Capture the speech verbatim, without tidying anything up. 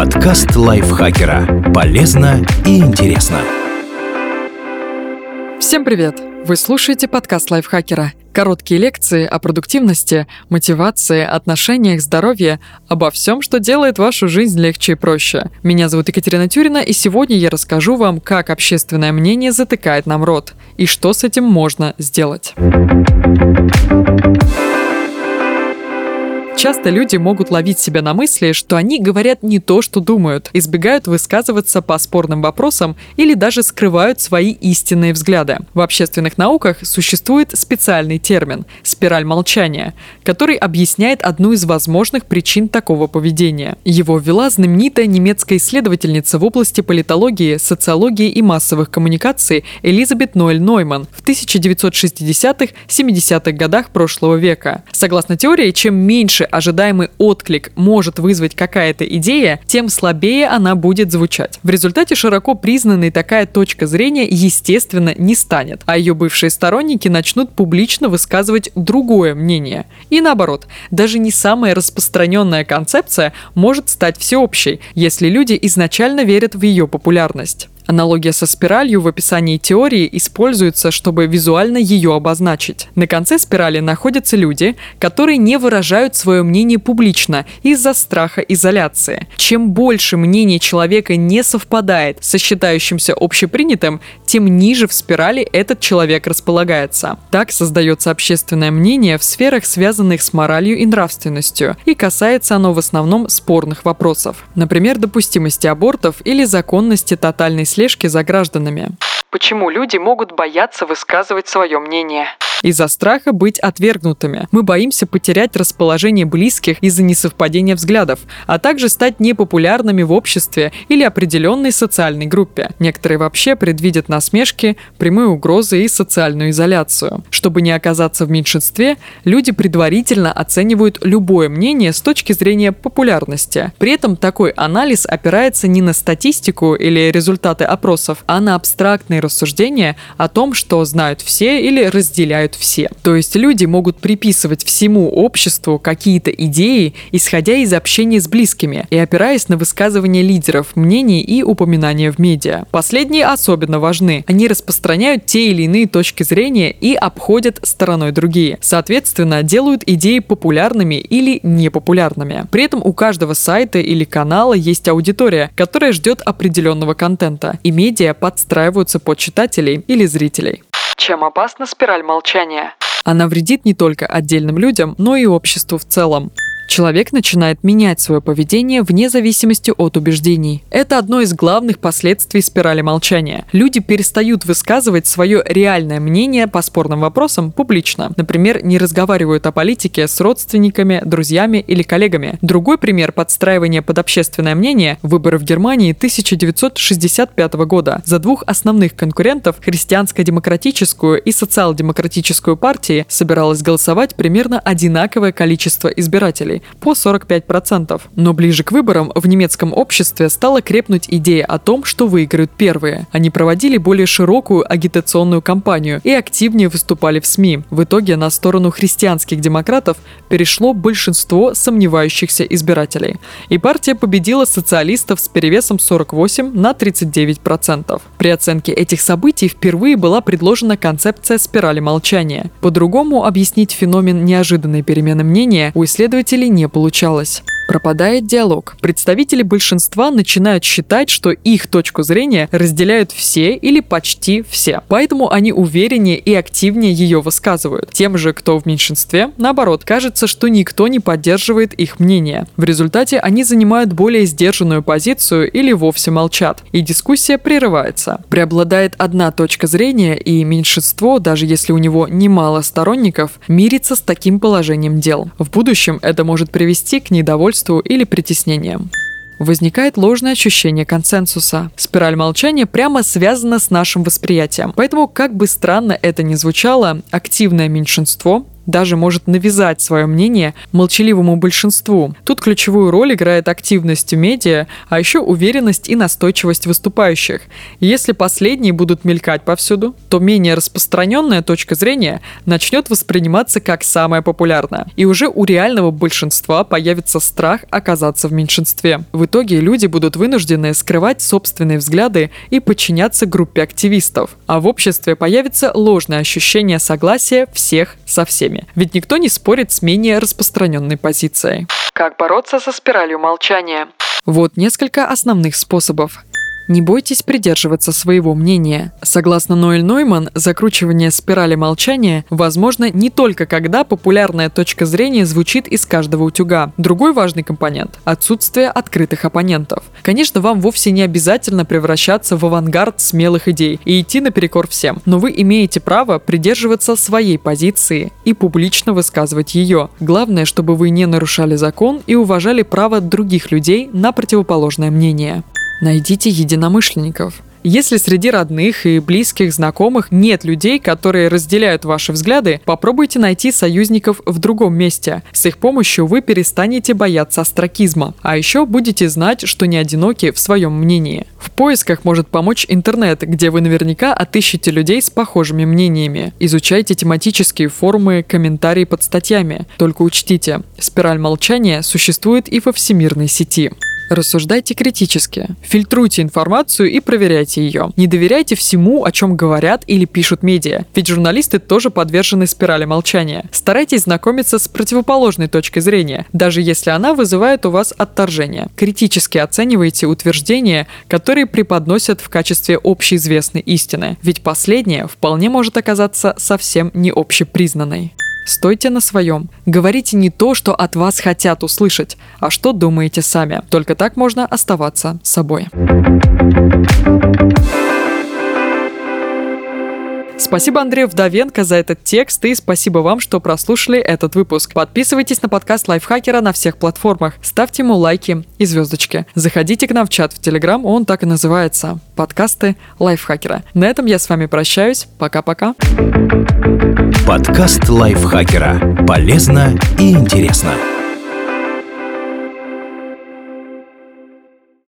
Подкаст лайфхакера. Полезно и интересно. Всем привет! Вы слушаете подкаст лайфхакера. Короткие лекции о продуктивности, мотивации, отношениях, здоровье, обо всем, что делает вашу жизнь легче и проще. Меня зовут Екатерина Тюрина, и сегодня я расскажу вам, как общественное мнение затыкает нам рот, и что с этим можно сделать. Часто люди могут ловить себя на мысли, что они говорят не то, что думают, избегают высказываться по спорным вопросам или даже скрывают свои истинные взгляды. В общественных науках существует специальный термин – спираль молчания, который объясняет одну из возможных причин такого поведения. Его ввела знаменитая немецкая исследовательница в области политологии, социологии и массовых коммуникаций Элизабет Ноэль-Нойман в тысяча девятьсот шестидесятых-семидесятых годах прошлого века. Согласно теории, чем меньше ожидаемый отклик может вызвать какая-то идея, тем слабее она будет звучать. В результате широко признанной такая точка зрения, естественно, не станет, а ее бывшие сторонники начнут публично высказывать другое мнение. И наоборот, даже не самая распространенная концепция может стать всеобщей, если люди изначально верят в ее популярность. Аналогия со спиралью в описании теории используется, чтобы визуально ее обозначить. На конце спирали находятся люди, которые не выражают свое мнение публично из-за страха изоляции. Чем больше мнений человека не совпадает со считающимся общепринятым, тем ниже в спирали этот человек располагается. Так создается общественное мнение в сферах, связанных с моралью и нравственностью, и касается оно в основном спорных вопросов. Например, допустимости абортов или законности тотальной слежки за гражданами. Почему люди могут бояться высказывать свое мнение? Из-за страха быть отвергнутыми. Мы боимся потерять расположение близких из-за несовпадения взглядов, а также стать непопулярными в обществе или определенной социальной группе. Некоторые вообще предвидят насмешки, прямые угрозы и социальную изоляцию. Чтобы не оказаться в меньшинстве, люди предварительно оценивают любое мнение с точки зрения популярности. При этом такой анализ опирается не на статистику или результаты опросов, а на абстрактные рассуждения о том, что знают все или разделяют все. То есть люди могут приписывать всему обществу какие-то идеи, исходя из общения с близкими и опираясь на высказывания лидеров, мнений и упоминания в медиа. Последние особенно важны. Они распространяют те или иные точки зрения и обходят стороной другие. Соответственно, делают идеи популярными или непопулярными. При этом у каждого сайта или канала есть аудитория, которая ждет определенного контента, и медиа подстраиваются под читателей или зрителей. Чем опасна спираль молчания? Она вредит не только отдельным людям, но и обществу в целом. Человек начинает менять свое поведение вне зависимости от убеждений. Это одно из главных последствий спирали молчания. Люди перестают высказывать свое реальное мнение по спорным вопросам публично. Например, не разговаривают о политике с родственниками, друзьями или коллегами. Другой пример подстраивания под общественное мнение – выборы в Германии тысяча девятьсот шестьдесят пятого года. За двух основных конкурентов, христианско-демократическую и социал-демократическую партии, собиралось голосовать примерно одинаковое количество избирателей – по сорок пять процентов. Но ближе к выборам в немецком обществе стала крепнуть идея о том, что выиграют первые. Они проводили более широкую агитационную кампанию и активнее выступали в СМИ. В итоге на сторону христианских демократов перешло большинство сомневающихся избирателей. И партия победила социалистов с перевесом сорок восемь на тридцать девять процентов. При оценке этих событий впервые была предложена концепция спирали молчания. По-другому объяснить феномен неожиданной перемены мнения у исследователей не получалось. Пропадает диалог. Представители большинства начинают считать, что их точку зрения разделяют все или почти все. Поэтому они увереннее и активнее ее высказывают. Тем же, кто в меньшинстве, наоборот, кажется, что никто не поддерживает их мнение. В результате они занимают более сдержанную позицию или вовсе молчат, и дискуссия прерывается. Преобладает одна точка зрения, и меньшинство, даже если у него немало сторонников, мирится с таким положением дел. В будущем это может привести к недовольству или притеснениям. Возникает ложное ощущение консенсуса. Спираль молчания прямо связана с нашим восприятием. Поэтому, как бы странно это ни звучало, активное меньшинство даже может навязать свое мнение молчаливому большинству. Тут ключевую роль играет активность в медиа, а еще уверенность и настойчивость выступающих. Если последние будут мелькать повсюду, то менее распространенная точка зрения начнет восприниматься как самая популярная. И уже у реального большинства появится страх оказаться в меньшинстве. В итоге люди будут вынуждены скрывать собственные взгляды и подчиняться группе активистов. А в обществе появится ложное ощущение согласия всех со всеми. Ведь никто не спорит с менее распространенной позицией. Как бороться со спиралью молчания? Вот несколько основных способов. Не бойтесь придерживаться своего мнения. Согласно Ноэль Нойман, закручивание спирали молчания возможно не только когда популярная точка зрения звучит из каждого утюга. Другой важный компонент – отсутствие открытых оппонентов. Конечно, вам вовсе не обязательно превращаться в авангард смелых идей и идти наперекор всем, но вы имеете право придерживаться своей позиции и публично высказывать ее. Главное, чтобы вы не нарушали закон и уважали право других людей на противоположное мнение. Найдите единомышленников. Если среди родных и близких знакомых нет людей, которые разделяют ваши взгляды, попробуйте найти союзников в другом месте. С их помощью вы перестанете бояться остракизма. А еще будете знать, что не одиноки в своем мнении. В поисках может помочь интернет, где вы наверняка отыщете людей с похожими мнениями. Изучайте тематические форумы, комментарии под статьями. Только учтите, спираль молчания существует и во всемирной сети. Рассуждайте критически, фильтруйте информацию и проверяйте ее. Не доверяйте всему, о чем говорят или пишут медиа, ведь журналисты тоже подвержены спирали молчания. Старайтесь знакомиться с противоположной точкой зрения, даже если она вызывает у вас отторжение. Критически оценивайте утверждения, которые преподносят в качестве общеизвестной истины, ведь последняя вполне может оказаться совсем не общепризнанной. Стойте на своем. Говорите не то, что от вас хотят услышать, а что думаете сами. Только так можно оставаться собой. Спасибо Андрею Вдовенко за этот текст и спасибо вам, что прослушали этот выпуск. Подписывайтесь на подкаст Лайфхакера на всех платформах, ставьте ему лайки и звездочки. Заходите к нам в чат в Телеграм, он так и называется – подкасты Лайфхакера. На этом я с вами прощаюсь. Пока-пока. Подкаст Лайфхакера. Полезно и интересно.